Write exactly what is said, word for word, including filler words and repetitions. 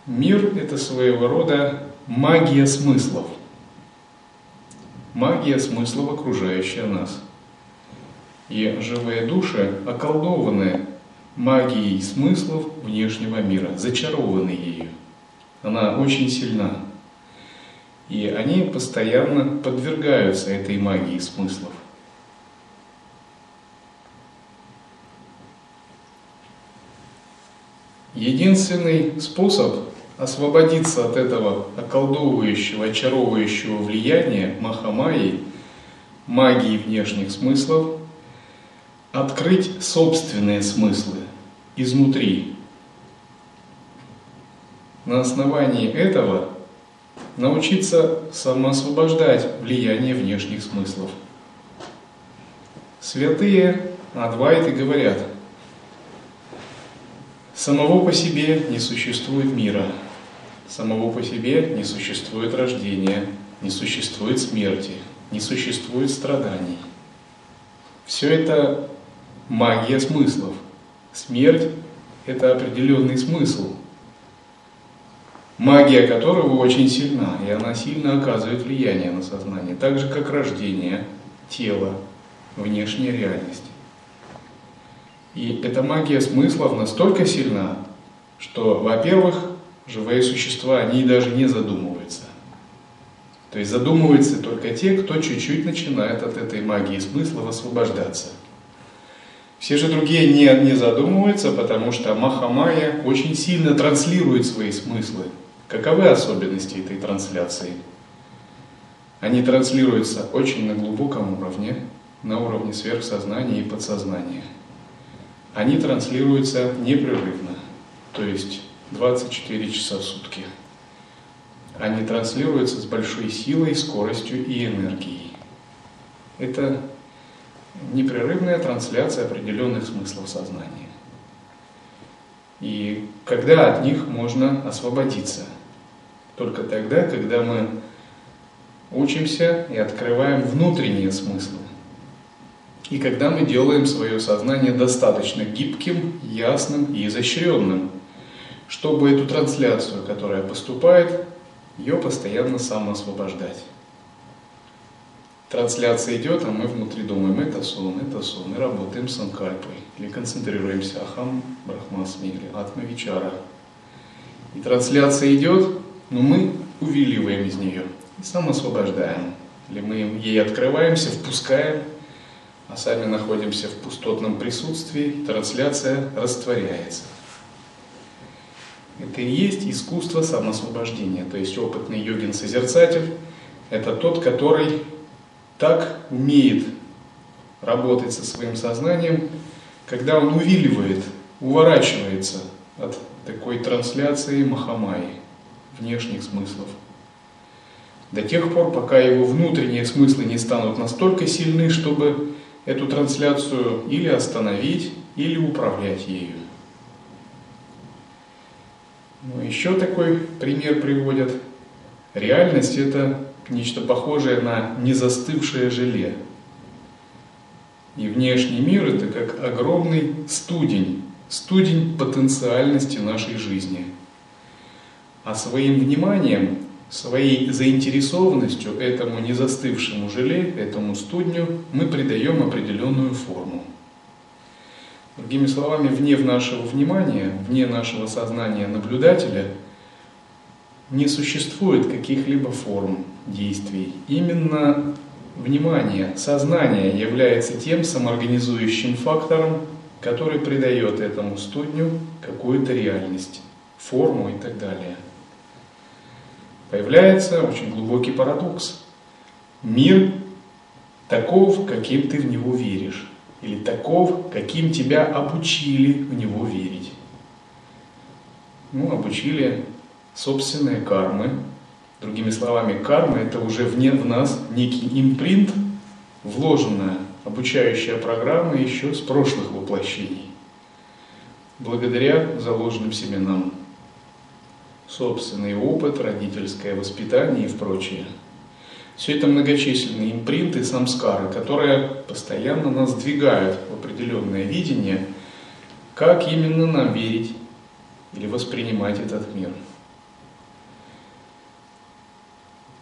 Мир – это своего рода магия смыслов. Магия смыслов, окружающая нас. И живые души околдованы магией смыслов внешнего мира, зачарованы ею. Она очень сильна. И они постоянно подвергаются этой магии смыслов. Единственный способ освободиться от этого околдовывающего, очаровывающего влияния Махамайи, магии внешних смыслов, открыть собственные смыслы изнутри. На основании этого научиться самоосвобождать влияние внешних смыслов. Святые адвайты говорят: самого по себе не существует мира, самого по себе не существует рождения, не существует смерти, не существует страданий. Все это магия смыслов. Смерть – это определенный смысл, магия которого очень сильна, и она сильно оказывает влияние на сознание, так же как рождение, тело, внешняя реальность. И эта магия смыслов настолько сильна, что, во-первых, живые существа, они даже не задумываются. То есть задумываются только те, кто чуть-чуть начинает от этой магии смыслов освобождаться. Все же другие не, не задумываются, потому что Махамайя очень сильно транслирует свои смыслы. Каковы особенности этой трансляции? Они транслируются очень на глубоком уровне, на уровне сверхсознания и подсознания. Они транслируются непрерывно, то есть двадцать четыре часа в сутки. Они транслируются с большой силой, скоростью и энергией. Это непрерывная трансляция определенных смыслов сознания. И когда от них можно освободиться? Только тогда, когда мы учимся и открываем внутренние смыслы. И когда мы делаем свое сознание достаточно гибким, ясным и изощренным, чтобы эту трансляцию, которая поступает, ее постоянно самоосвобождать. Трансляция идет, а мы внутри думаем: это сон, это сон, и работаем с санкальпой, или концентрируемся: ахам брахмасми, или атма вичара. И трансляция идет, но мы увиливаем из нее и самоосвобождаем. Или мы ей открываемся, впускаем, а сами находимся в пустотном присутствии, трансляция растворяется. Это и есть искусство самоосвобождения. То есть опытный йогин-созерцатель – это тот, который так умеет работать со своим сознанием, когда он увиливает, уворачивается от такой трансляции Махамайи, внешних смыслов. До тех пор, пока его внутренние смыслы не станут настолько сильны, чтобы эту трансляцию или остановить, или управлять ею. Ну, еще такой пример приводят. Реальность – это нечто похожее на незастывшее желе. И внешний мир – это как огромный студень, студень потенциальности нашей жизни. А своим вниманием, своей заинтересованностью этому незастывшему желе, этому студню мы придаем определенную форму. Другими словами, вне нашего внимания, вне нашего сознания наблюдателя не существует каких-либо форм действий. Именно внимание, сознание является тем самоорганизующим фактором, который придает этому студню какую-то реальность, форму и так далее. Появляется очень глубокий парадокс. Мир таков, каким ты в него веришь, или таков, каким тебя обучили в него верить. Ну, обучили собственные кармы. Другими словами, карма – это уже вне в нас некий импринт, вложенная обучающая программа еще с прошлых воплощений, благодаря заложенным семенам. Собственный опыт, родительское воспитание и прочее. Все это многочисленные импринты, самскары, которые постоянно нас двигают в определенное видение, как именно нам верить или воспринимать этот мир.